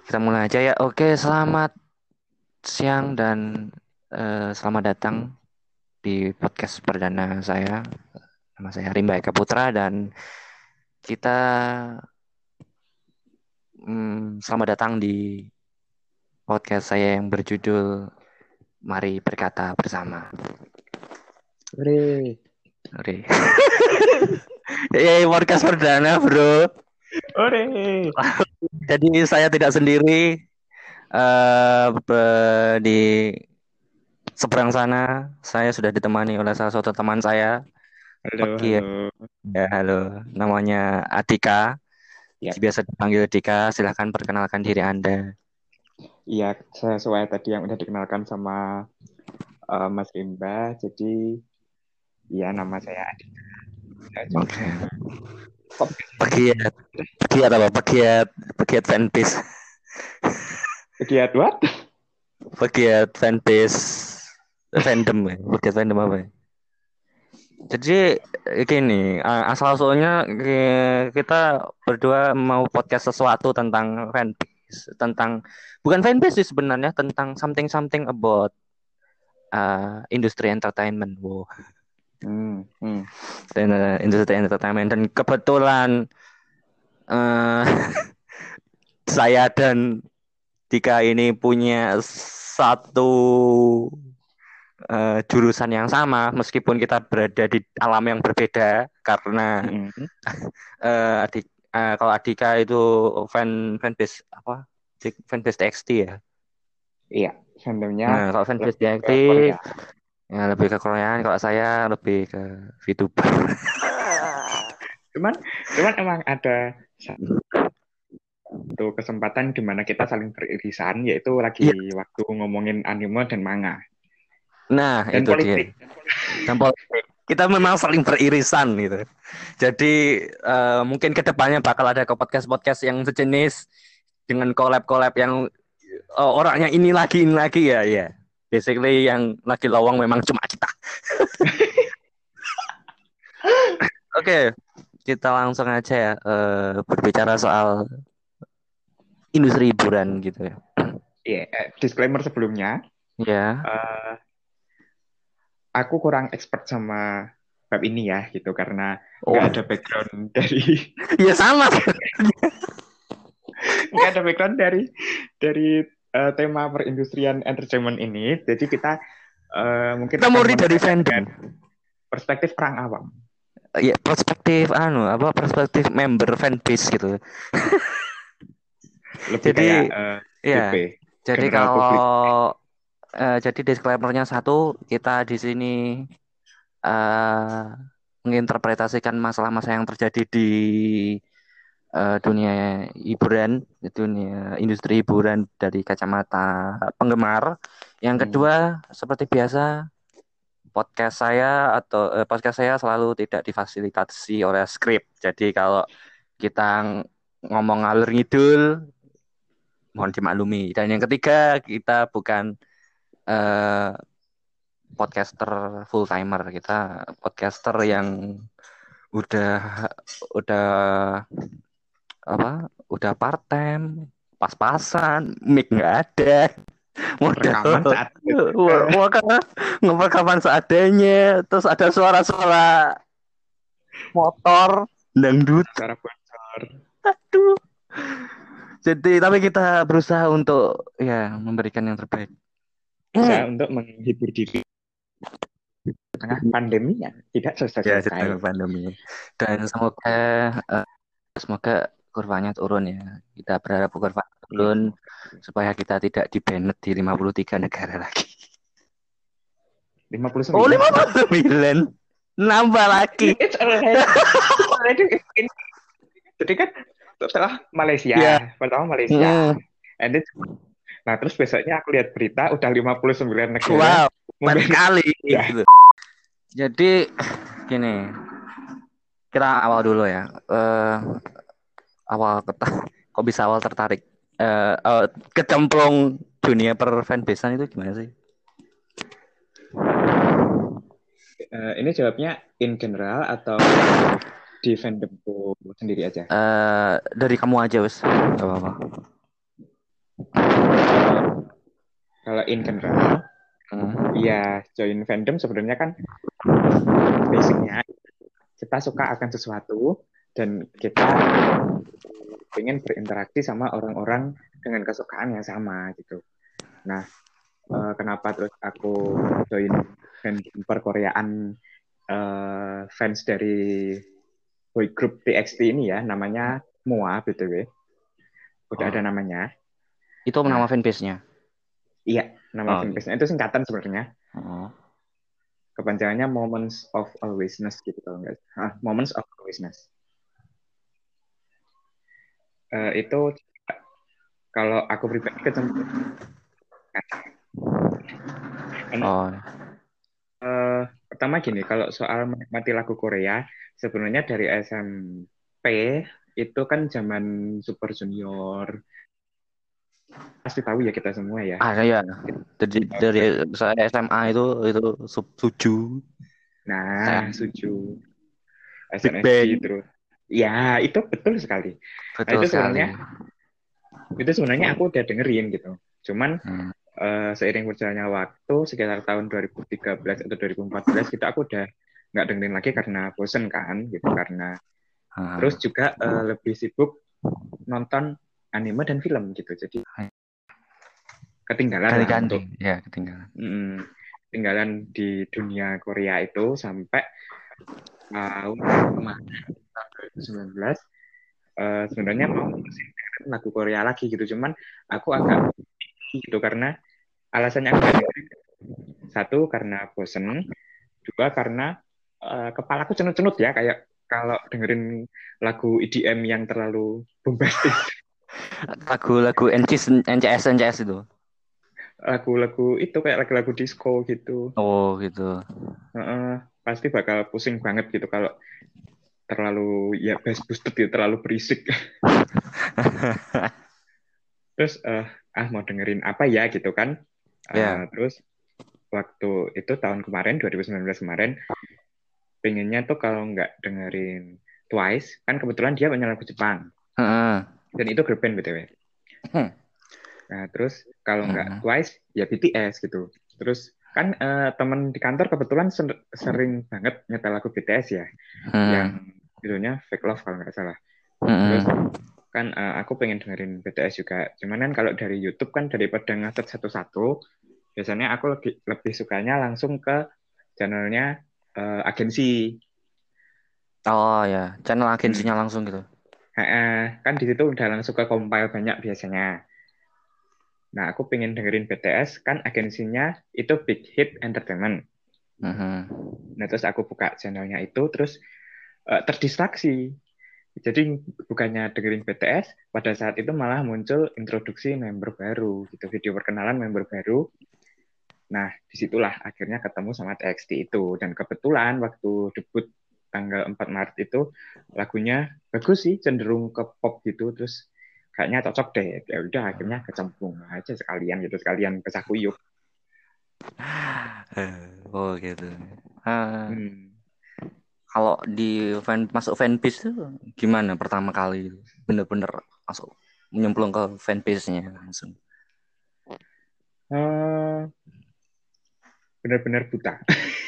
Kita mulai aja ya. Oke, selamat siang dan selamat datang di podcast perdana saya. Nama saya Rimba Eka Putra dan kita selamat datang di podcast saya yang berjudul Mari Berkata Bersama. Ore, Oke. Podcast perdana, bro. ore. Jadi saya tidak sendiri di seberang sana. Saya sudah ditemani oleh salah satu teman saya, Halo, Pegi. halo. Ya, halo. Namanya Adika. Ya, Biasa dipanggil Dika. Silahkan perkenalkan diri Anda. iya sesuai tadi yang udah dikenalkan sama Mas Rimba. Jadi, ya nama saya Adi. Saya Oke. juga kok Pegiat. Pegiat apa? Pegiat fanbase. pegiat what? Pegiat fanbase. Fandom ya. Pegiat fandom apa ya? Jadi gini, asal usulnya kita berdua mau podcast sesuatu tentang fanbase, tentang bukan fanbase sih sebenarnya, tentang something something about industri entertainment. Wow. Hmm, hmm. Dan industri entertainment dan kebetulan eh saya dan Dika ini punya satu jurusan yang sama meskipun kita berada di alam yang berbeda karena Hmm. adik kalau Adika itu fanbase apa fanbase TXT ya. Iya, fandomnya Nah kalau fanbase lebih TXT ke Korea. ya lebih ke Koreaan, kalau saya lebih ke VTuber. Cuman, cuman emang ada satu kesempatan di mana kita saling beririsan, yaitu Iya. lagi waktu ngomongin anime dan manga Nah dan itu dia. politik. Dan politik. Kita memang saling beririsan gitu. Jadi mungkin kedepannya bakal ada ke podcast-podcast yang sejenis dengan collab-collab yang orangnya ini lagi ya ya. Basically yang lagi lowong memang cuma kita. Oke, kita langsung aja ya berbicara soal industri hiburan gitu ya. Iya, disclaimer sebelumnya, Ya, eh, aku kurang expert sama bab ini ya gitu karena nggak oh, ada background dari ya sama. nggak ada background dari tema perindustrian entertainment ini. Jadi kita mungkin Kita akan muri dari menyampaikan fandom. dengan perspektif orang awam. Ya, perspektif apa perspektif member fanbase gitu. Lebih Jadi kayak ya, GP, jadi general public. kalau jadi disclaimer-nya satu, kita di sini eh menginterpretasikan masalah-masalah yang terjadi di dunia hiburan, di dunia industri hiburan dari kacamata penggemar. Yang Hmm. kedua, seperti biasa, podcast saya selalu tidak difasilitasi oleh skrip. Jadi kalau kita ngomong ngalur ngidul, mohon dimaklumi. Dan yang ketiga, kita bukan eh, podcaster full timer, kita podcaster yang udah udah udah part time, pas-pasan, mic nggak ada, Rekaman modal saat karena ngerekaman seadanya, terus ada suara-suara motor, dangdut, suara bocor. aduh. Jadi tapi kita berusaha untuk ya memberikan yang terbaik. Saya untuk menghibur diri di tengah pandemi ya tidak Ya, selesai-selesai. sedang pandemi. Dan eh, semoga kurvanya turun ya. Kita berharap kurva Iya, turun semoga. supaya kita tidak di-banned di 53 negara lagi. Oh, 59. 59. Nambah lagi. It's already, it's already jadi kan setelah Ya. Malaysia, pertama Malaysia. Hmm. And then, nah terus besoknya aku lihat berita udah 59 negara. Wow, hebat Mungkin sekali ya. gitu. Jadi gini, kita awal dulu ya. Awal kok bisa awal tertarik kecemplung dunia per fanbasean itu gimana sih? Ini jawabnya in general atau di fandomku sendiri aja. Dari kamu aja wes, nggak apa-apa. Kalau in general, Hmm. ya join fandom sebenarnya kan basicnya kita suka akan sesuatu dan kita ingin berinteraksi sama orang-orang dengan kesukaan yang sama gitu. Nah, kenapa terus aku join fandom perkoreaan fans dari boy group TXT ini ya, namanya MOA BTW. Udah ada Oh, namanya. itu nama Nah, fanbase-nya. iya, nama Oh, gitu. fanbase-nya itu singkatan sebenarnya. Oh. Kepanjangannya Moments of Alwaysness gitu kalau nggak Moments of Alwaysness. Itu kalau aku pribadi kecemplung. Oh. Pertama gini, kalau soal menikmati lagu Korea, sebenarnya dari SMP itu kan zaman Super Junior, pasti tahu ya kita semua ya. Ah ya. Dari saya SMA itu Suju, saya Nah, Suju, Big SNSD Bang. terus. Ya, itu betul sekali. Nah, Betul sekali. itu sebenarnya aku udah dengerin gitu. Cuman Hmm. seiring berjalannya waktu sekitar tahun 2013 atau 2014 gitu aku udah nggak dengerin lagi karena bosen kan gitu karena terus Ah. juga lebih sibuk nonton anime dan film gitu jadi ketinggalan lah Ganti-ganti, untuk ya ketinggalan. ketinggalan di dunia Korea itu sampai tahun kemarin tahun 2019 sebenarnya mau mutusin dengerin lagu Korea lagi gitu cuman aku agak gitu karena alasannya aku nggak dengerin satu karena bosen dua karena kepalaku cenut-cenut ya kayak kalau dengerin lagu EDM yang terlalu bombastis Lagu-lagu NCS itu. lagu-lagu itu kayak lagu-lagu disco gitu. Oh gitu. Pasti bakal pusing banget gitu kalau terlalu ya bass boosted gitu, terlalu berisik. Terus mau dengerin apa ya gitu kan. Ya. Terus waktu itu tahun kemarin 2019 kemarin pengennya tuh kalau nggak dengerin Twice kan kebetulan dia banyak lagu Jepang Heeh. dan itu girl band BTW. Hmm. Nah, terus kalau nggak Hmm. Twice, ya BTS gitu. Terus kan teman di kantor kebetulan sering banget nyetel lagu BTS ya, yang Hmm. judulnya Fake Love kalau nggak salah. Terus Hmm. kan aku pengen dengerin BTS juga. Cuman kan kalau dari YouTube kan daripada ngatet satu-satu, biasanya aku lebih sukanya langsung ke channelnya agensi. Oh ya, channel agensinya Hmm. langsung gitu. Kan di situ udah langsung ke compile banyak biasanya. Nah, aku pengen dengerin BTS, kan agensinya itu Big Hit Entertainment. Mhm. Nah, terus aku buka channelnya itu, terus terdistraksi. Jadi bukannya dengerin BTS, pada saat itu malah muncul introduksi member baru, gitu, video perkenalan member baru. Nah, disitulah akhirnya ketemu sama TXT itu. Dan kebetulan waktu debut tanggal 4 Maret itu, lagunya bagus sih, cenderung ke pop gitu, terus kayaknya cocok deh. Ya udah akhirnya kecemplung aja sekalian gitu, sekalian pecah kuyup. Oh gitu. Ah, Hmm. kalau di masuk fanbase tuh gimana pertama kali bener-bener masuk menyemplung ke fanbase-nya langsung. Eh, benar-benar buta.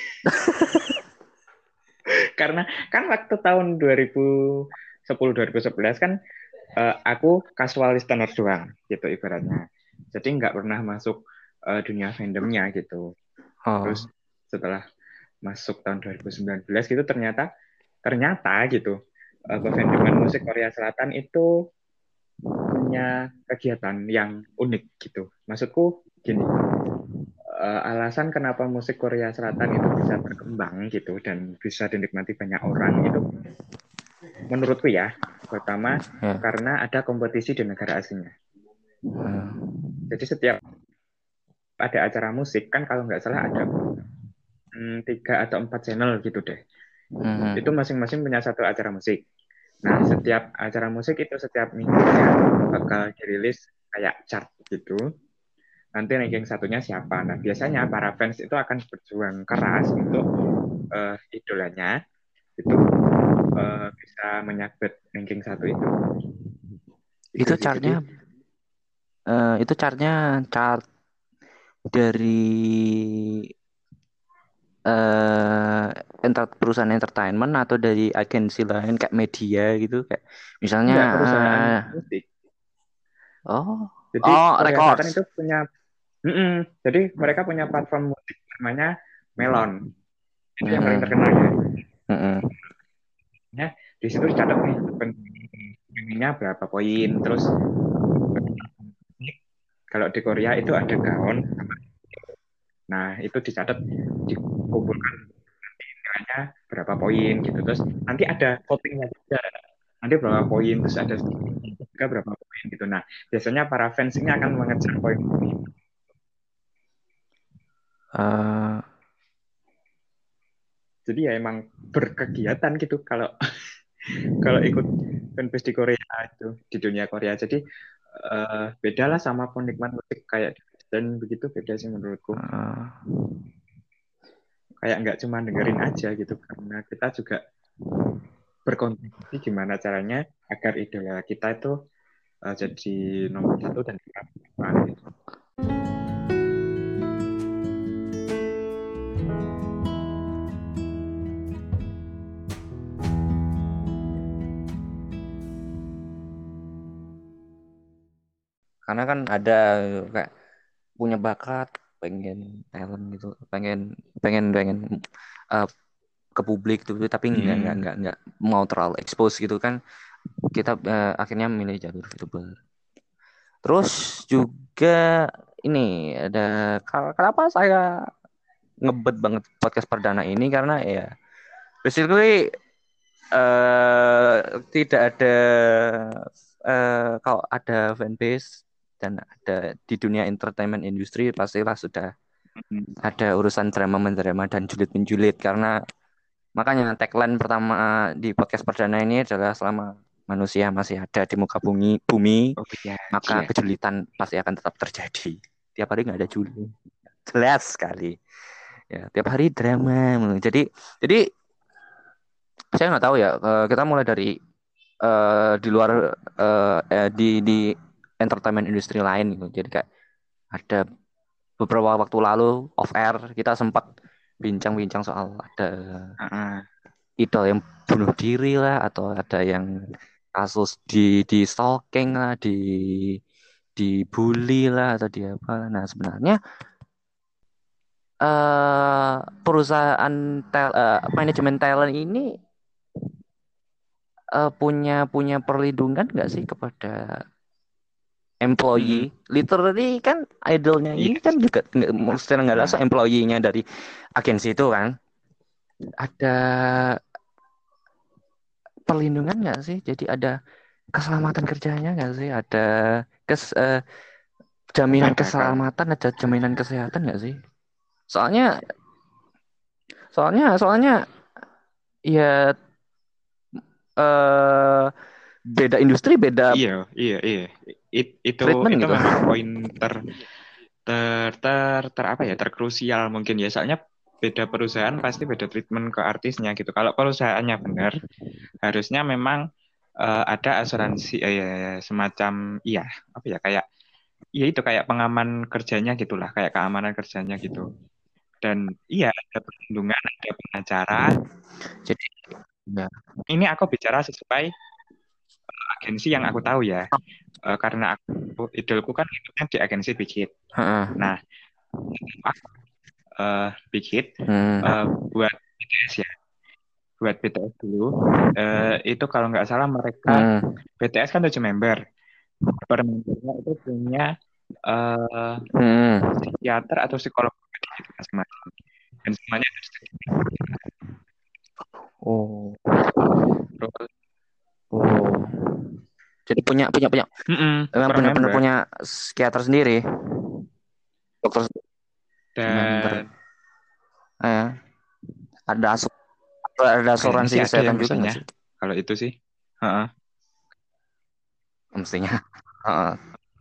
Karena kan waktu tahun 2010-2011 kan aku casual listener doang gitu ibaratnya. Jadi nggak pernah masuk dunia fandomnya gitu. Terus Oh, setelah masuk tahun 2019 gitu ternyata ternyata gitu pefandoman musik Korea Selatan itu punya kegiatan yang unik gitu. Maksudku gini, alasan kenapa musik Korea Selatan itu bisa berkembang gitu dan bisa dinikmati banyak orang itu menurutku ya pertama ya. karena ada kompetisi di negara asingnya. Hmm. Jadi setiap ada acara musik kan kalau nggak salah ada tiga atau empat channel gitu deh. Itu Hmm. masing-masing punya satu acara musik. Nah, setiap acara musik itu setiap minggunya bakal dirilis kayak chart gitu. Nanti ranking satunya siapa. Nah, biasanya para fans itu akan berjuang keras untuk idolanya itu bisa menyabet ranking satu itu. Itu Itu sih. Jadi chartnya chart dari eh perusahaan entertainment atau dari agensi lain kayak media gitu kayak misalnya Enggak, perusahaan musik. oh Jadi oh Korea Selatan records. itu punya, jadi mereka punya platform musik namanya Melon. Itu yang paling Mm-mm. terkenal ya. Mm-mm. Ya, di situ dicatat nih penyanyinya berapa poin. Terus kalau di Korea itu ada gaon. Nah, itu dicatat, dikumpulkan nilainya berapa poin gitu. Terus nanti ada votingnya juga. Nanti berapa poin, terus ada juga berapa poin gitu. Nah, biasanya para fans ini akan mengejar poin. Eh, Jadi ya emang berkegiatan gitu kalau kalau ikut fanbase di Korea itu, di dunia Korea. Jadi beda lah sama penikmat musik kayak di Western begitu, beda sih menurutku. eh, Kayak nggak cuma dengerin aja gitu, karena kita juga berkontribusi gimana caranya agar idola kita itu jadi nomor satu dan depan gitu. karena kan ada kayak punya bakat pengen talent gitu pengen pengen pengen eh, ke publik tuh tapi Hmm. nggak mau terlalu expose gitu kan kita akhirnya milih jalur VTuber. Terus juga ini ada kenapa saya ngebet banget podcast perdana ini karena ya basically tidak ada kalau ada fanbase dan ada di dunia entertainment industri pastilah sudah ada urusan drama mendrama dan julid menjulid karena makanya tagline pertama di podcast perdana ini adalah selama manusia masih ada di muka bumi, Oh iya, maka iya. kejulitan pasti akan tetap terjadi. Tiap hari nggak ada julid. Jelas sekali. Ya, tiap hari drama. Jadi saya nggak tahu ya. Kita mulai dari di luar di entertainment industri lain gitu. Jadi kayak ada beberapa waktu lalu off air kita sempat bincang-bincang soal ada Ah, idol yang bunuh diri lah atau ada yang kasus di stalking lah dibully lah atau di apa. Nah, sebenarnya perusahaan manajemen talent ini punya punya perlindungan nggak sih kepada mm-mm. employee? Literally kan idolnya Iya ini kan juga secara nggak ah, langsung employee-nya dari agensi itu kan. Ada perlindungan nggak sih? Jadi ada keselamatan kerjanya nggak sih? Ada kes, eh, jaminan ada kalau keselamatan, ada jaminan kesehatan nggak sih? Soalnya, soalnya ya eh, beda industri, beda iya, iya, iya. Itu treatment itu gitu. memang poin ter ter apa ya, terkrusial mungkin ya. Soalnya beda perusahaan pasti beda treatment ke artisnya gitu. Kalau perusahaannya benar, harusnya memang ada asuransi ya, semacam iya apa ya, kayak iya itu kayak pengaman kerjanya gitulah, kayak keamanan kerjanya gitu. Dan iya ada perlindungan, ada pengacara. Jadi, ya. Ini aku bicara sesuai agensi yang aku tahu ya. Karena aku idolku kan ikutnya di agensi Big Hit. Heeh. Nah, aku Big Hit Hmm. buat BTS ya, buat BTS dulu. Itu kalau nggak salah mereka Hmm. BTS kan 7 member. Per membernya itu punya eh Hmm. psikiater atau psikolog gitu masing-masing. Dan semuanya harus Oh. terus. Oh. Jadi punya punya punya memang Per benar-benar member. punya psikiater sendiri, dokter member. Dan Ada ada kayaknya asuransi sih ada kesehatan yang juga pesan nggak ya. sih? Kalau itu sih. Heeh. Mestinya. Heeh.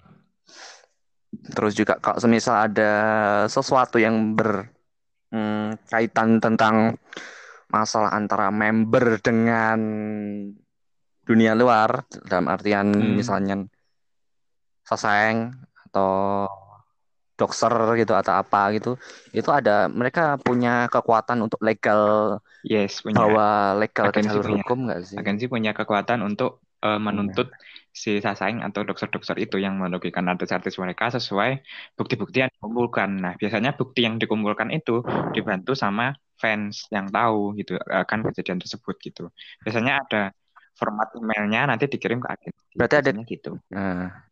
Terus juga kalau semisal ada sesuatu yang berkaitan tentang masalah antara member dengan dunia luar, dalam artian Hmm. misalnya seseng atau doxer gitu atau apa gitu, itu ada mereka punya kekuatan untuk legal, Yes, punya. bawa legal ke Agensi jalur punya. hukum nggak sih? Agensi punya kekuatan untuk menuntut Punya. si Sasaeng atau dokter-dokter itu yang merugikan artis-artis mereka sesuai bukti-bukti yang dikumpulkan. Nah, biasanya bukti yang dikumpulkan itu dibantu sama fans yang tahu gitu akan kejadian tersebut gitu. Biasanya ada format emailnya nanti dikirim ke agensi. Berarti ada. Biasanya gitu. Nah.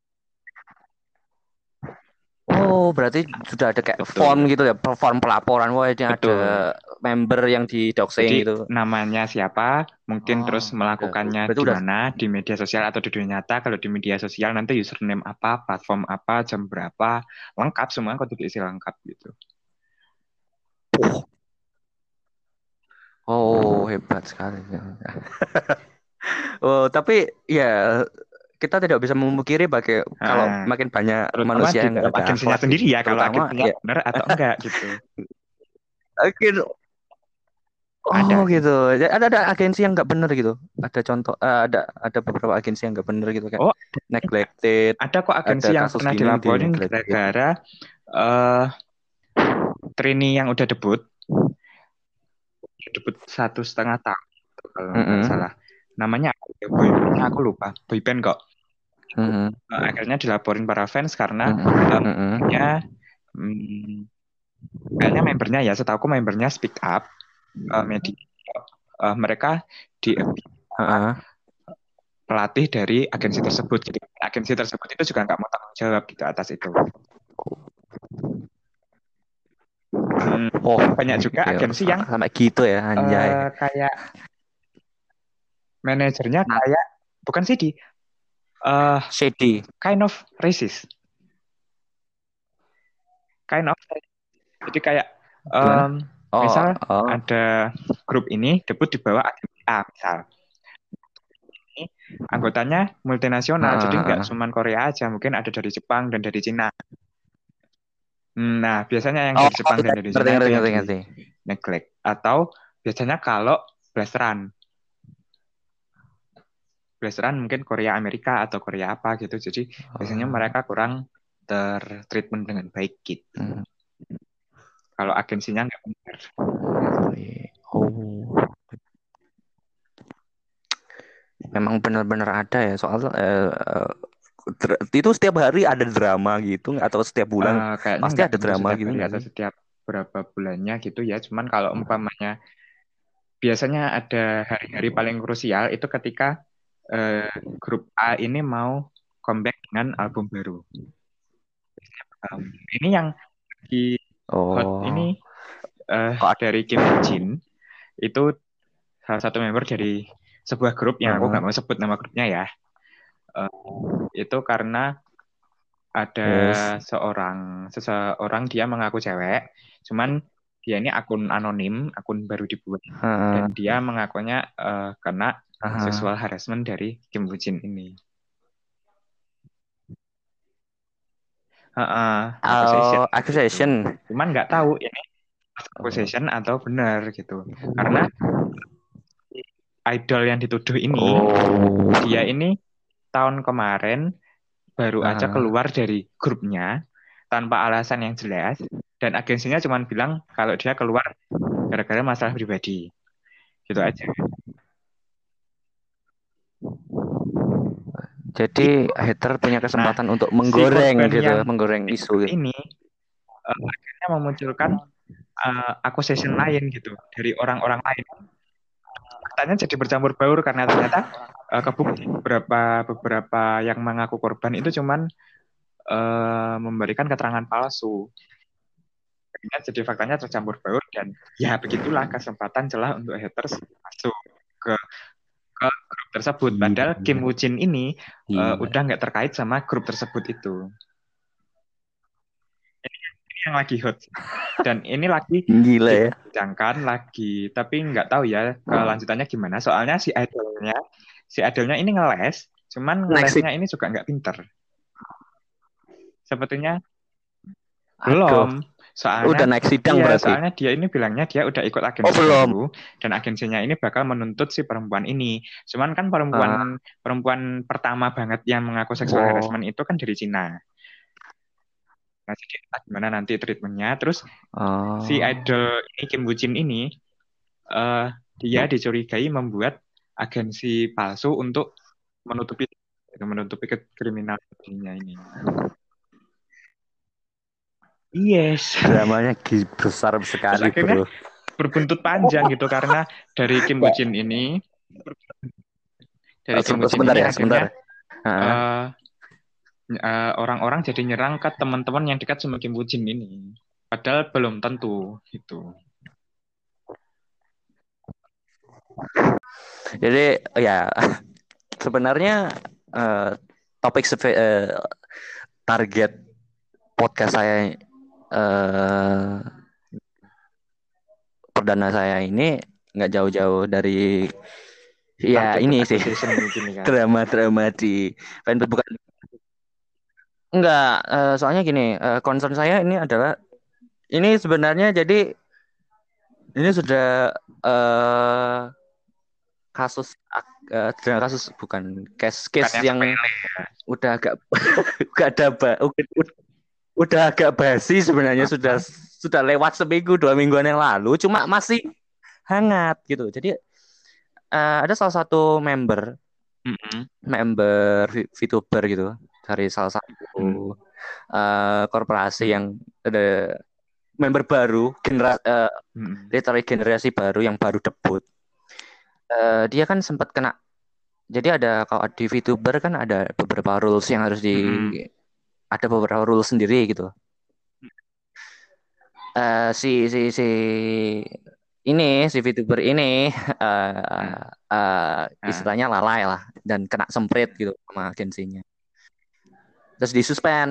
Oh, berarti sudah ada kayak form Betul. gitu ya, form pelaporan. Wah, ini ada Betul. member yang di doxing Jadi gitu. namanya siapa, mungkin Oh, terus udah. melakukannya Berarti di udah. mana, di media sosial atau di dunia nyata. Kalau di media sosial nanti username apa, platform apa, jam berapa, lengkap semua kode diisi lengkap gitu. Oh, hebat sekali. Oh, tapi ya kita tidak bisa memungkiri bagi kalau Nah, makin banyak terutama manusia di yang nggak dalam ada agensinya akhlak gitu. sendiri ya, kalau Terutama agensinya ya. benar atau enggak gitu. Akhir. Oh Ada sih. gitu. Ya, ada agensi yang nggak bener gitu. Ada contoh, ada beberapa agensi yang nggak bener gitu kayak Oh, neglected. ada kok Ada agensi yang kasus pernah gini di dilaporin neglected. gara-gara eh trainee yang udah debut 1,5 tahun kalau nggak Mm-mm. salah. Namanya apa ya? Boybandnya aku lupa. Boyband kok. Mm-mm. Akhirnya dilaporin para fans karena Mm-mm. membernya, Mm-mm. kayaknya membernya ya, setahuku membernya speak up media, mereka di sama Heeh. pelatih dari agensi tersebut. Jadi agensi tersebut itu juga nggak mau tanggung jawab gitu atas itu. Oh, Dan banyak juga oke. agensi yang Sampai gitu ya, anjay. kayak manajernya Nah, kayak bukan sih eh shady. kind of racist, kind of. Jadi kayak Gimana? Oh, misal oh. ada grup ini debut di bawah agensi A misal. Ini anggotanya multinasional, jadi Heeh, nggak heeh. cuma Korea aja, mungkin ada dari Jepang dan dari Cina. Nah, biasanya yang Oh, dari Jepang dan dari ngerti, Cina itu ngerti, yang ngerti, di ngerti. neglect. Atau biasanya kalau blasteran, blasteran mungkin Korea Amerika atau Korea apa gitu. Jadi biasanya Oh, mereka kurang tertreatment dengan baik gitu. hmm. Kalau agensinya nggak benar. Oh, memang benar-benar ada ya soal itu setiap hari ada drama gitu atau setiap bulan Kayaknya pasti nggak ada tentu drama setiap gitu hari nggak atau sih? setiap berapa bulannya gitu ya. Cuman kalau umpamanya biasanya ada hari-hari paling krusial itu ketika eh, grup A ini mau comeback dengan album baru. Ini yang di hot Oh, ini kok dari Kim Woo Jin itu salah satu member dari sebuah grup yang aku heeh. nggak mau sebut nama grupnya ya. Eh, itu karena ada Yes. seseorang dia mengaku cewek, cuman dia ini akun anonim, akun baru dibuat dan Heeh. dia mengakunya kena Heeh. seksual harassment dari Kim Woo Jin ini. Accusation gitu. Accusation. Cuman nggak tahu ini Oh. accusation atau benar gitu. Karena idol yang dituduh ini, Oh. dia ini tahun kemarin baru aja Heeh. keluar dari grupnya tanpa alasan yang jelas dan agensinya cuma bilang kalau dia keluar gara-gara masalah pribadi. Gitu aja. Jadi hater punya Nah, kesempatan untuk si menggoreng korban gitu, yang menggoreng isu dituduh gitu. ini akhirnya memunculkan accusation lain gitu dari orang-orang lain. Katanya jadi bercampur baur karena ternyata kebukti beberapa yang mengaku korban itu cuman memberikan keterangan palsu. Akhirnya jadi faktanya tercampur baur dan ya begitulah kesempatan celah untuk haters masuk ke grup tersebut. Padahal Kim Gila, Woo Jin ini gila, udah nggak terkait sama grup tersebut itu. Ini yang lagi hot dan ini lagi gila ya. diperbincangkan lagi, tapi nggak tahu ya kelanjutannya gimana. Soalnya si idolnya ini ngeles, cuman Next it. ngelesnya ini juga nggak pinter. Sepertinya Aduh, belum. Soalnya udah naik sidang iya, berarti. soalnya dia ini bilangnya dia udah ikut Oh agensi baru belum. dan agensinya ini bakal menuntut si perempuan ini. Cuman kan perempuan Ah, perempuan pertama banget yang mengaku seksual wow. harassment itu kan dari Cina. ngasih dia gimana nanti treatmentnya. Terus si Oh. idol ini Kim Woo Jin ini eh, dia dicurigai membuat agensi palsu untuk menutupi menutupi kriminalnya ini. Yes. Dramanya besar Terus sekali, akhirnya bro. berbuntut panjang gitu karena dari Kim Woo Jin ini Sebentar ya, sebentar. akhirnya Hah? eh, orang-orang jadi nyerang ke teman-teman yang dekat sama Kim Woo Jin ini. Padahal belum tentu gitu. Jadi ya sebenarnya eh, target podcast saya perdana saya ini nggak jauh-jauh dari ya Targeted ini sih acquisition mungkin nih kan. drama-drama di fanpage bukan enggak soalnya gini concern saya ini adalah ini sebenarnya jadi ini sudah eh kasus bukan Bukan case yang yang sepele. udah agak udah ada udah agak basi sebenarnya Hah? sudah lewat seminggu 2 mingguan yang lalu cuma masih hangat gitu jadi ada salah satu member Mm-mm. member VTuber gitu dari salah satu Mm. korporasi Mm. yang ada member baru Mm. literally generasi baru yang baru debut. Dia kan sempat kena jadi ada kalau di VTuber kan ada beberapa rules yang harus Mm. ada beberapa rules sendiri gitu. Si ini si VTuber ini Mm. Ah. istilahnya lalai lah dan kena semprit gitu sama agensinya. Terus disuspend,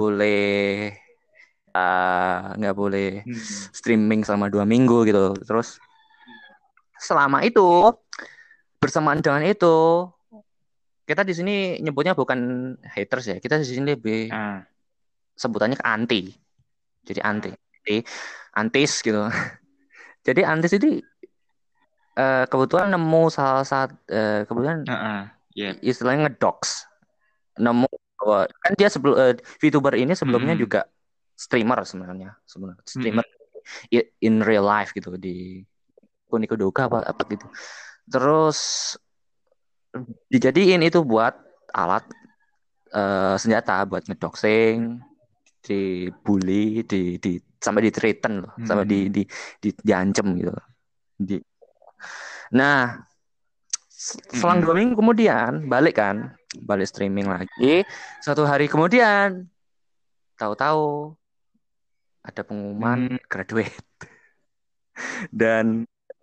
nggak boleh Mm. streaming selama 2 minggu gitu. Terus selama itu bersamaan dengan itu kita di sini nyebutnya bukan haters ya, kita di sini lebih Ah. sebutannya ke anti. Jadi anti, jadi antis gitu. Jadi antis ini kebetulan nemu salah satu kebetulan Ah. Ah. Yep. istilahnya ngedox nemu bahwa kan dia VTuber ini sebelumnya Mm. juga sebenarnya Mm. streamer in real life gitu di Kunikudoga apa apa gitu. Terus dijadiin itu buat alat senjata buat ngedoxing, dibully, di sampai di threaten loh, sampai Mm. diancem gitu. Di, nah, selang Mm. 2 minggu kemudian balik streaming lagi. Satu hari kemudian, tahu-tahu ada pengumuman Mm. graduate dan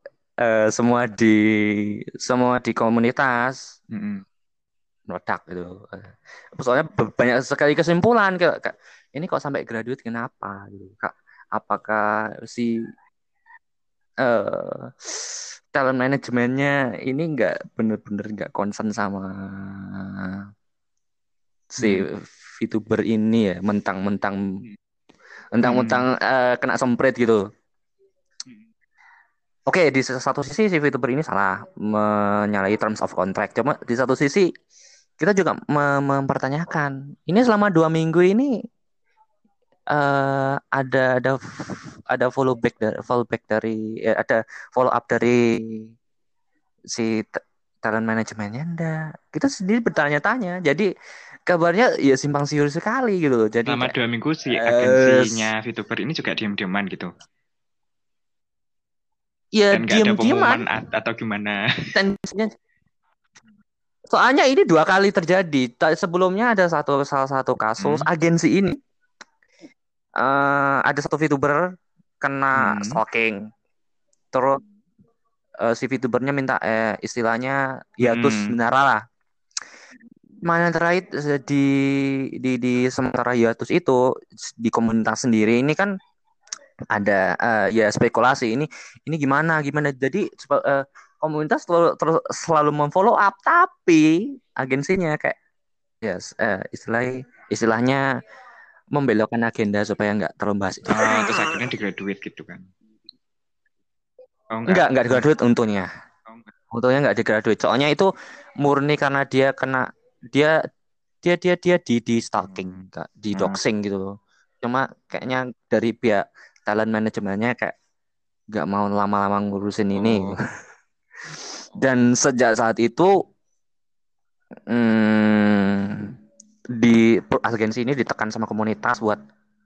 semua di komunitas Mm. meledak gitu. Soalnya banyak sekali kesimpulan kayak ini kok sampai graduate kenapa gitu. Kak, apakah si eh talent manajemennya ini nggak bener-bener nggak concern sama si Mm. VTuber ini ya mentang-mentang mentang-mentang Mm. kena semprit gitu. Oke, di satu sisi si VTuber ini salah menyalahi terms of contract. Cuma di satu sisi kita juga mempertanyakan, ini selama 2 minggu ini ada ada follow up dari si talent manajemennya enggak. Kita sendiri bertanya-tanya. Jadi kabarnya ya simpang siur sekali gitu loh. Jadi Selama kayak 2 minggu si eh agensinya VTuber ini juga diam-diaman gitu. ya Dan nggak ada diem-dieman pengumuman atau gimana. tendensinya. Soalnya ini 2 kali terjadi. Sebelumnya ada salah satu kasus Hmm. agensi ini ada satu VTuber kena Hmm. stalking. Terus si VTubernya minta istilahnya hiatus Hmm. sementara lah. Mana terakhir di sementara hiatus itu di komunitas sendiri ini kan ada ya spekulasi ini gimana gimana. Jadi komunitas selalu memfollow up tapi agensinya kayak yes istilahnya membelokkan agenda supaya nggak terlalu bahas itu. Oh, terus akhirnya di-graduate gitu kan. Oh enggak. Nggak Oh, graduate untungnya. Untungnya nggak di graduate. Soalnya itu murni karena dia kena dia dia di stalking, hmm. Kak, di Hmm. doxing gitu loh. Cuma kayaknya dari pihak talent manajemennya kayak nggak mau lama-lama ngurusin ini. Oh. Dan sejak saat itu hmm, agensi ini ditekan sama komunitas buat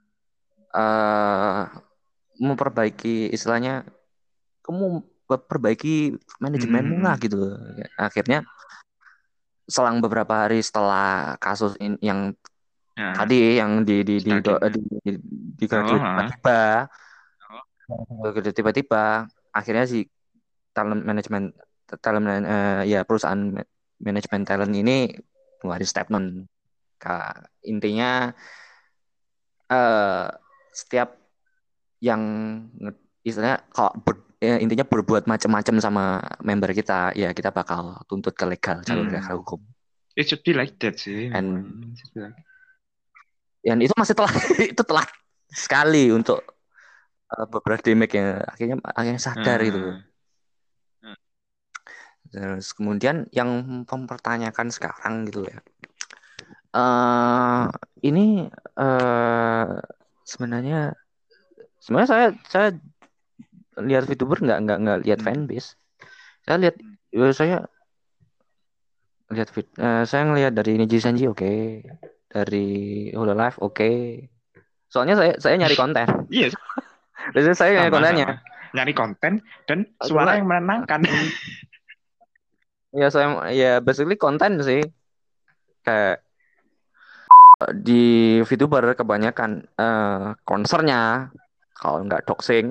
eh memperbaiki istilahnya kamu perbaiki manajemenmu lah Mm-mm. gitu. Akhirnya selang beberapa hari setelah kasus yang Nah, tadi yang stalking. di Oh, graduate tiba-tiba tiba-tiba akhirnya si talent manajemen ya perusahaan manajemen talent ini ngeluarin statement. Intinya eh setiap yang istilahnya kalau intinya berbuat macam-macam sama member kita ya kita bakal tuntut ke legal jalur legal mm-mm. hukum. It should be like that sih, memang. And It should be like- dan itu masih telat itu telat sekali untuk beberapa damage yang akhirnya sadar gitu. Nah, Terus kemudian yang mempertanyakan sekarang gitu ya. eh ini eh sebenarnya sebenarnya saya lihat VTuber nggak lihat mm. fanbase. Saya lihat saya lihat saya ngelihat dari Niji Sanji oke. Dari Hololive oke. Soalnya saya nyari konten. Iya, Biasanya saya nyari kontennya. sama-sama. Nyari konten dan Cuma suara yang menenangkan. ya saya ya basically konten sih kayak di VTuber kebanyakan konsernya kalau nggak doxing,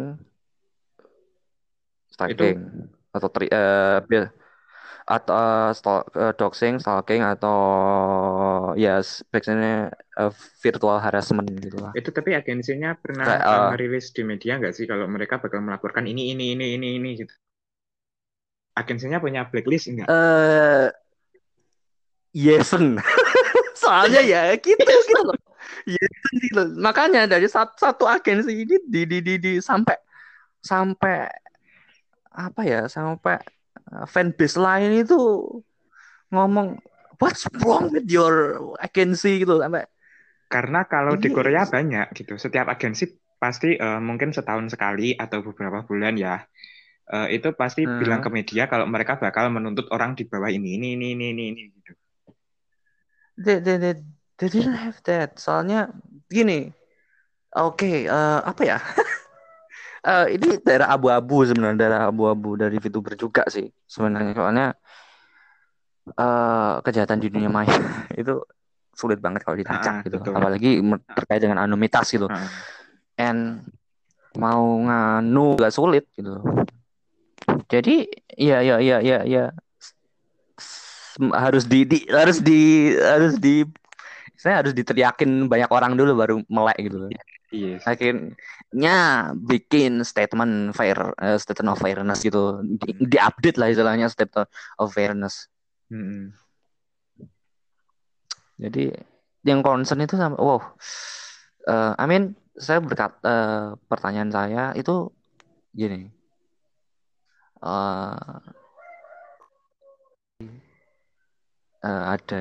Itu stalking atau atau doxing, stalking atau ya biasanya virtual harassment gitu lah. itu tapi agensinya pernah Kayak ngerilis di media nggak sih kalau mereka bakal melaporkan ini gitu. Agensinya punya blacklist nggak? Yesen. Soalnya ya gitu gitu loh. Yesen gitu. Makanya dari satu agensi ini di sampai sampai apa ya sampai fanbase lain itu ngomong what's wrong with your agency gitu sampai Karena kalau di ini Korea banyak gitu. Setiap agensi pasti mungkin setahun sekali atau beberapa bulan ya. Itu pasti bilang eh, ke media kalau mereka bakal menuntut orang di bawah ini gitu. they they didn't have that. Soalnya gini, oke, apa ya? Ini daerah abu-abu sebenarnya, daerah abu-abu dari VTuber juga sih sebenarnya. Soalnya kejahatan di dunia maya itu sulit banget kalau dilacak gitu. Betul. Apalagi terkait dengan anonimitas gitu. Ah. And mau nganu juga sulit gitu. Jadi ya ya ya ya ya harus di saya harus diteriakin banyak orang dulu baru melek gitu loh. Yes. Akhirnya bikin statement of fairness gitu, update lah istilahnya statement of fairness. Mm-mm. Jadi yang concern itu sama, wow, I mean saya pertanyaan saya itu gini, uh, ada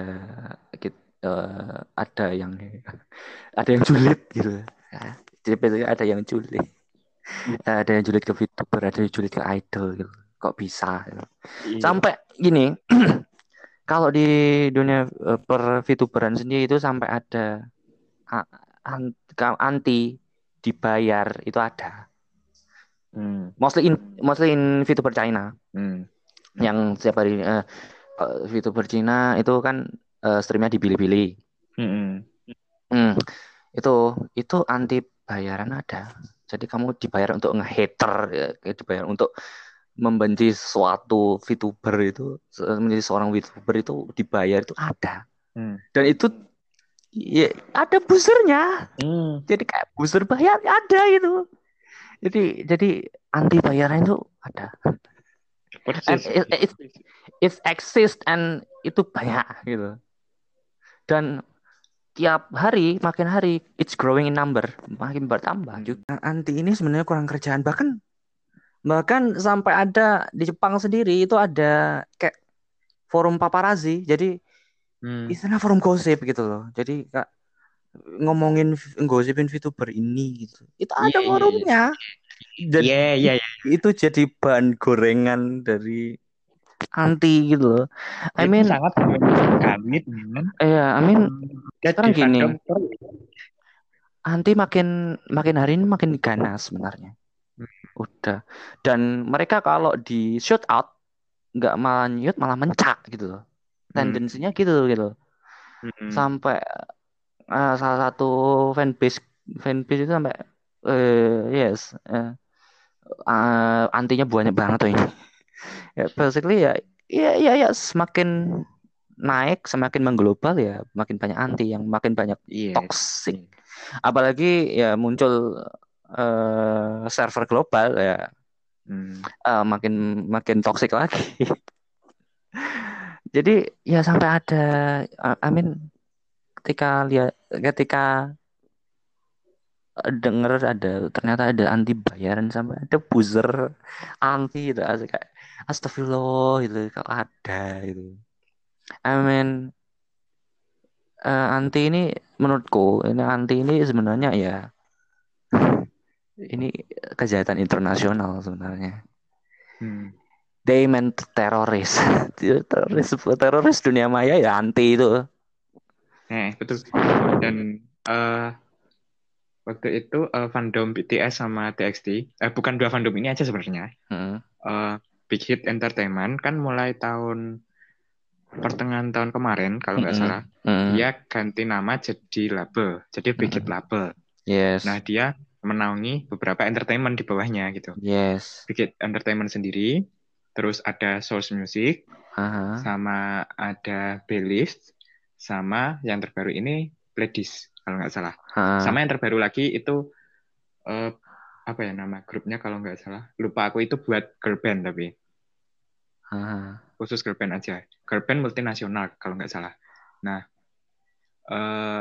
ada yang ada yang julid gitu. Ya, jadi basically ada yang julid. Ada yang julid ke VTuber, ada yang julid ke idol gitu. Kok bisa? Gitu. Iya. Sampai gini, kalau di dunia per VTuberan sendiri itu sampai ada a- anti dibayar itu ada. Hmm. Mostly in VTuber China Hmm. yang setiap hari VTuber China itu kan streamnya di Bilibili. Mm-mm. Hmm, itu itu anti bayaran ada. Jadi kamu dibayar untuk nge-hater, dibayar untuk membenci suatu VTuber itu menjadi seorang VTuber itu dibayar itu ada. Hmm. Dan itu ya, ada busernya. Hmm. Jadi kayak buzzer bayar ada itu. Jadi anti bayaran itu ada. And Persis. it exist and itu banyak gitu. Dan tiap hari makin hari it's growing in number, makin bertambah Hmm. juga. Anti ini sebenarnya kurang kerjaan, bahkan bahkan sampai ada di Jepang sendiri itu ada kayak forum paparazzi, jadi Hmm. istilah forum gosip gitu loh. Jadi kak ngomongin gosipin VTuber ini gitu. Itu ada Iya, iya, iya. forumnya. Jadi Iya, iya, iya. itu jadi bahan gorengan dari anti gitu loh. I Itu mean, sangat menunjukkan gitu kan. I mean Dia sekarang di gini, fandom anti makin makin hari ini makin ganas sebenarnya. Udah. Dan mereka kalau di shoot out nggak malah nyut malah mencak gitu loh. Hmm. Tendensinya gitu gitu. Hmm. Sampai salah satu fanbase fanbase itu sampai yes antinya banyak banget tuh ini. Ya basically ya ya semakin naik semakin mengglobal ya makin banyak anti yang makin banyak Iya. toxic. Apalagi ya muncul server global ya Hmm. makin makin toxic lagi. Jadi ya sampai ada I mean ketika lihat ketika denger ada ternyata ada anti bayaran sampai ada buzzer anti itu asli kayak astagfirullah itu kalau ada itu. I mean anti ini menurutku ini anti ini sebenarnya ya ini kejahatan internasional sebenarnya. Hmm. They meant teroris. teroris teroris dunia maya ya anti itu. Betul. Dan eh waktu itu fandom BTS sama TXT, bukan dua fandom ini aja sebenarnya. Hmm. eh, Big Hit Entertainment kan mulai pertengahan tahun kemarin kalau nggak Mm-mm. salah, Mm-mm. dia ganti nama jadi label, jadi Big Hit Mm-mm. Label. Nah, Yes. dia menaungi beberapa entertainment di bawahnya gitu. Yes. Big Hit Entertainment sendiri, terus ada Source Music, Aha. sama ada Playlist, sama yang terbaru ini Playlist kalau nggak salah. Sama Aha. yang terbaru lagi itu eh, apa ya nama grupnya kalau nggak salah. Lupa aku itu buat girl band tapi Aha. khusus girl band aja. Girl band multinasional kalau nggak salah. Nah, eh,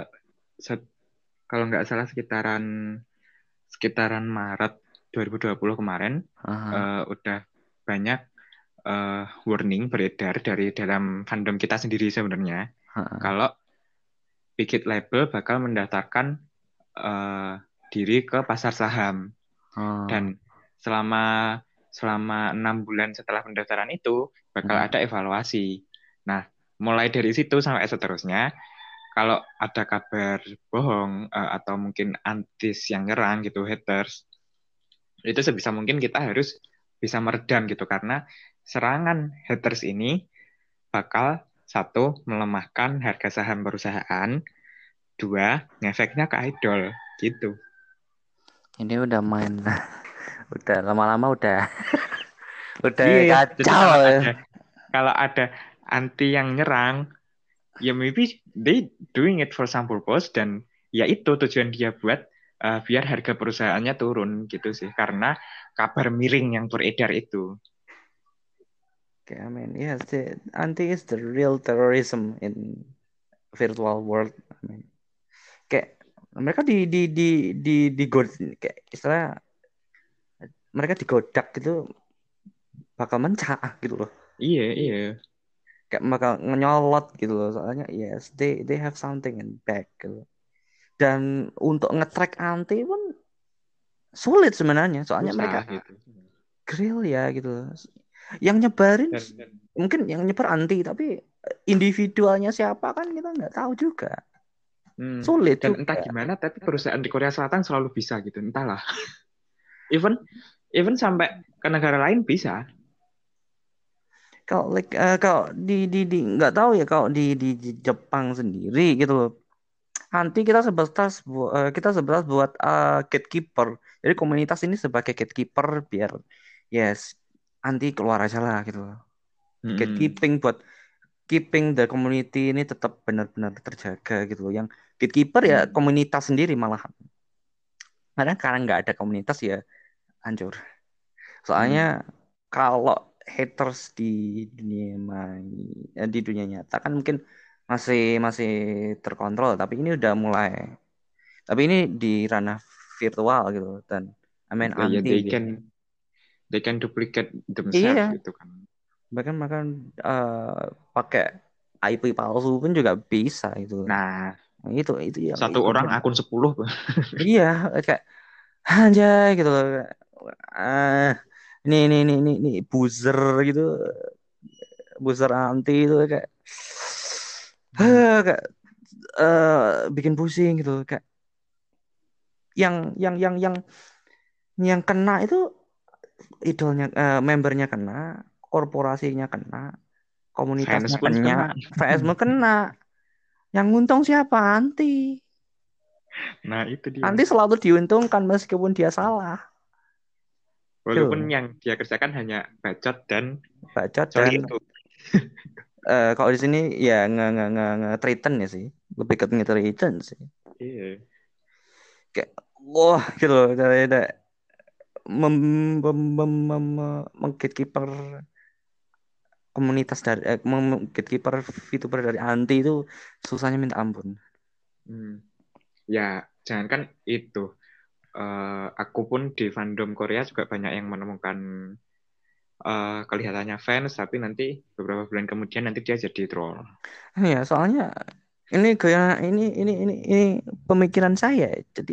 kalau nggak salah sekitaran sekitaran Maret 2020 kemarin Aha. udah banyak warning beredar dari dalam fandom kita sendiri sebenarnya Aha. kalau Big Hit Label bakal mendaftarkan eh, diri ke pasar saham Oh. dan selama selama 6 bulan setelah pendaftaran itu bakal Hmm. ada evaluasi. Nah, mulai dari situ sampai seterusnya, kalau ada kabar bohong atau mungkin antis yang nyerang gitu, haters, itu sebisa mungkin kita harus bisa meredam gitu karena serangan haters ini bakal satu melemahkan harga saham perusahaan, dua ngefeknya ke idol gitu. Ini udah main, udah lama-lama udah Iya, jadi kacau. kalau ada anti yang nyerang, ya maybe they doing it for some purpose dan ya itu tujuan dia buat biar harga perusahaannya turun gitu sih karena kabar miring yang beredar itu. Okay, I mean, yes, the anti is the real terrorism in virtual world. I mean, kayak mereka kayak istilah mereka digodak gitu bakal mencah gitu loh. Iya, iya. Kayak bakal ngenyolot gitu loh. Soalnya yes, they have something in back gitu. Dan untuk nge-track anti pun sulit sebenarnya. Soalnya mereka Susah gitu. grill ya gitu loh. Yang nyebarin Dan mungkin yang nyebar anti tapi individualnya siapa kan kita nggak tahu juga. hmm, Sulit dan entah juga. gimana tapi perusahaan di Korea Selatan selalu bisa gitu, entahlah. Even even sampai ke negara lain bisa. Kalau kalau di nggak tahu ya kalau di Jepang sendiri gitu loh. Nanti kita sebatas buat gatekeeper. Jadi komunitas ini sebagai gatekeeper biar yes anti keluar aja lah gitu loh. Mm-mm. Gatekeeping buat keeping the community ini tetap benar-benar terjaga gitu loh. Yang gatekeeper ya Mm. komunitas sendiri malah. Karena nggak ada komunitas ya hancur. Soalnya Mm. kalau haters di dunia nyata kan mungkin masih masih terkontrol, tapi ini udah mulai. Tapi ini di ranah virtual gitu dan I mean Ya anti gitu. they can duplicate themselves Iya, gitu kan. bahkan bahkan pakai IP palsu pun juga bisa gitu. Nah, Itu yang Satu itu orang yang akun 10. iya kayak anjay gitu loh. Ah, ini buzzer gitu, buzzer anti itu kayak Hmm. kayak bikin pusing gitu kayak yang kena itu idolnya, membernya kena, korporasinya kena, Fans komunitasnya pun kena, kena. VSM kena. Yang untung siapa? Anti. Nah, itu dia. Anti selalu diuntungkan meskipun dia salah. Walaupun Gitu. yang dia kerjakan hanya bacot dan Bacot sorry dan itu. kalau di sini ya nge treaten ya sih. Lebih ke nge-treaten sih. Iya. Kayak wah gitu loh. Kayak mem, gatekeeper komunitas dari gatekeeper VTuber dari anti itu susahnya minta ampun. Hmm. Ya, jangankan itu. Aku pun di fandom Korea juga banyak yang menemukan kelihatannya fans, tapi nanti beberapa bulan kemudian nanti dia jadi troll. Ya, soalnya ini gaya ini pemikiran saya. Jadi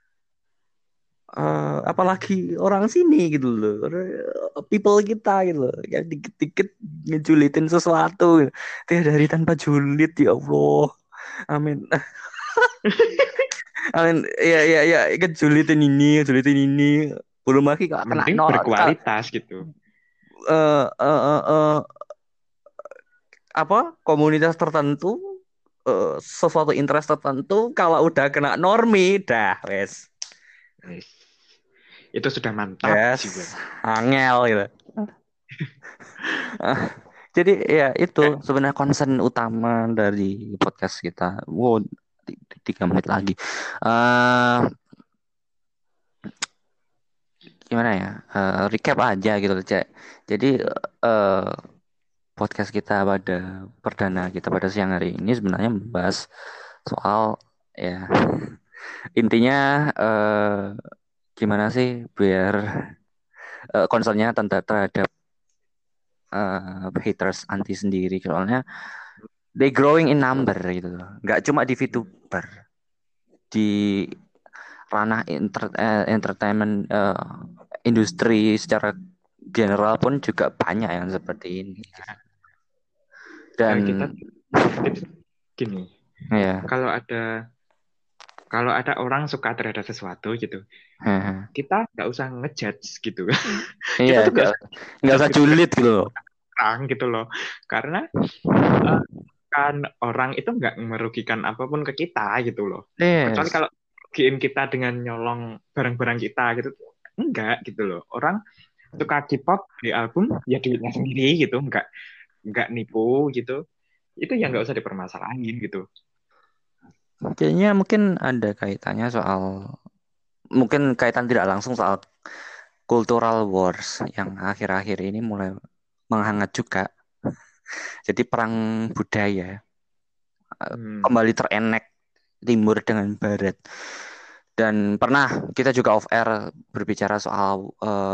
apalagi orang sini gitu loh, people kita gitu loh, ya dikit-dikit ngejulitin sesuatu gitu. Tiada hari tanpa julid ya Allah. Amin. Amin. Ya ngejulitin ini. Belum lagi kalau kena Mending nol, berkualitas gitu. eh, eh, eh, eh, apa komunitas tertentu, sesuatu interest tertentu kalau udah kena normi dah wes Yes. Itu sudah mantap jiwa. wes angel gitu. Ah, jadi ya itu Kayak, sebenarnya concern utama dari podcast kita. Wow, 3 menit lagi. eh Gimana ya? Recap aja gitu loh, Cek. Jadi eh podcast kita pada perdana kita pada siang hari ini sebenarnya membahas soal ya intinya gimana sih biar concernnya tentang terhadap haters anti sendiri soalnya they growing in number gitu loh. Nggak cuma di VTuber, di ranah entertainment, industri secara general pun juga banyak yang seperti ini gitu. kita Dan tips gini, ya kalau ada orang suka terhadap sesuatu gitu, kita nggak usah ngejudge gitu. iya Kita tuh nggak usah gitu julid gitu loh. orang gitu loh. Karena eh, kan orang itu nggak merugikan apapun ke kita gitu loh. Kecuali Yes. kalau merugiin kita dengan nyolong barang-barang kita gitu, enggak gitu loh. Orang suka K-pop di album ya duitnya sendiri gitu, nggak nipu gitu. Itu yang nggak usah dipermasalahin gitu. Kayaknya mungkin ada kaitannya soal, mungkin kaitan tidak langsung soal cultural wars yang akhir-akhir ini mulai menghangat juga. Jadi perang budaya Hmm. kembali terenek timur dengan barat. Dan pernah kita juga off air berbicara soal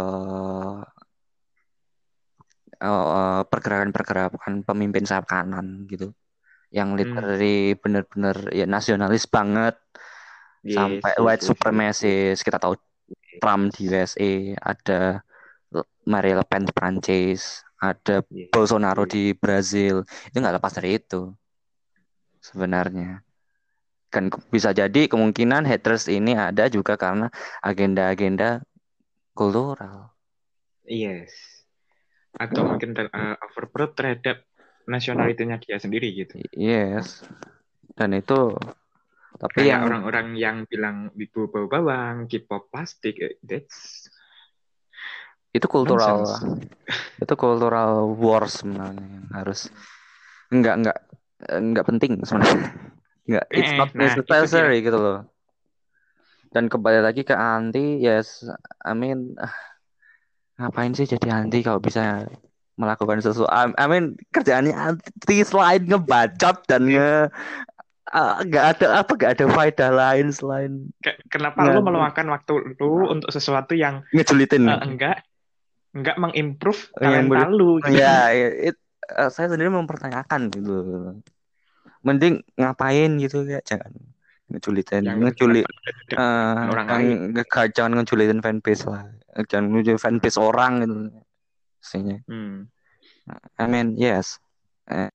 pergerakan-pergerakan pemimpin sayap kanan gitu, yang Hmm. literally bener-bener ya nasionalis banget sampai Yes, yes, white yes, yes, yes. supremacist. Kita tahu Trump di USA, ada Marine Le Pen di Prancis, ada Yes, Bolsonaro yes. di Brazil. Itu nggak lepas dari itu sebenarnya. Kan bisa jadi kemungkinan haters ini ada juga karena agenda-agenda kultural. Yes. Atau mungkin overproud terhadap nasionalitinya dia sendiri gitu. Yes. Dan itu tapi Kayak yang orang-orang yang bilang wibu bau bawang, K-pop plastik, that's itu kultural nonsense. itu cultural wars sebenarnya yang harus nggak nggak penting sebenarnya. Nggak, it's not Nah itu dia. necessary gitu loh. Dan kembali lagi ke anti, yes, I mean, ngapain sih jadi anti kalau bisa melakukan sesuatu? I mean, kerjaannya anti selain ngebacot dan nggak ada apa, nggak ada faedah lain selain Kenapa nge lu meluangkan waktu lu untuk sesuatu yang ngejulitin. enggak mengimprove Yang talenta lu gitu. ya, saya sendiri mempertanyakan gitu. mending ngapain gitu ya, jangan ngejulitin yang berhubungan ngejulit pada dengan orang yang lain. jangan ngejulitin fanbase lah, jangan ngejulitin fanbase orang gitu pastinya. Hmm. I mean yes. Eh,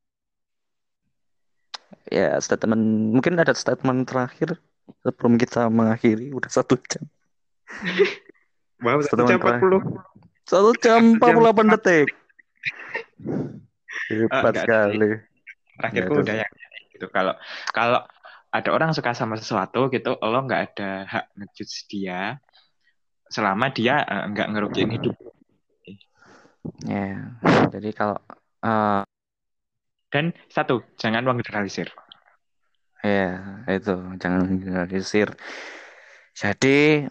ya statement, mungkin ada statement terakhir sebelum kita mengakhiri, udah 1 jam. Wow, satu Statement jam empat terakhir puluh 1 jam 48 detik, hebat Enggak ada sih. sekali. Ya Terakhirku itu udah sih. yang gitu. Kalau kalau ada orang suka sama sesuatu gitu, lo nggak ada hak ngejudge dia selama dia nggak ngerugiin hidup. Ya, jadi kalau eh, Dan satu, jangan menggeneralisir. ya itu jangan generalisir. Jadi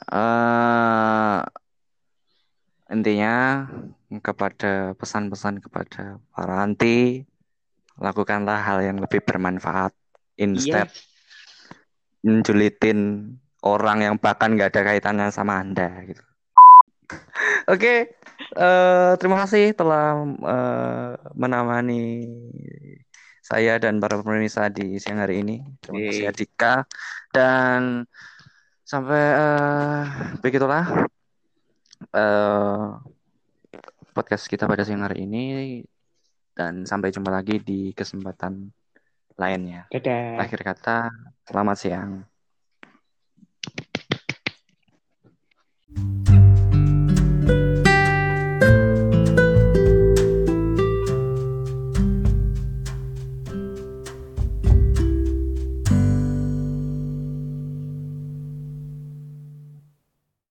intinya kepada pesan-pesan kepada para anti, lakukanlah hal yang lebih bermanfaat instead Yes. menjulitin orang yang bahkan nggak ada kaitannya sama Anda gitu. Oke, terima kasih telah menemani saya dan para pemirsa di siang hari ini. Terima kasih Oke. Adika, dan sampai begitulah eh, podcast kita pada siang hari ini, dan sampai jumpa lagi di kesempatan lainnya. Dadah. Akhir kata, selamat siang.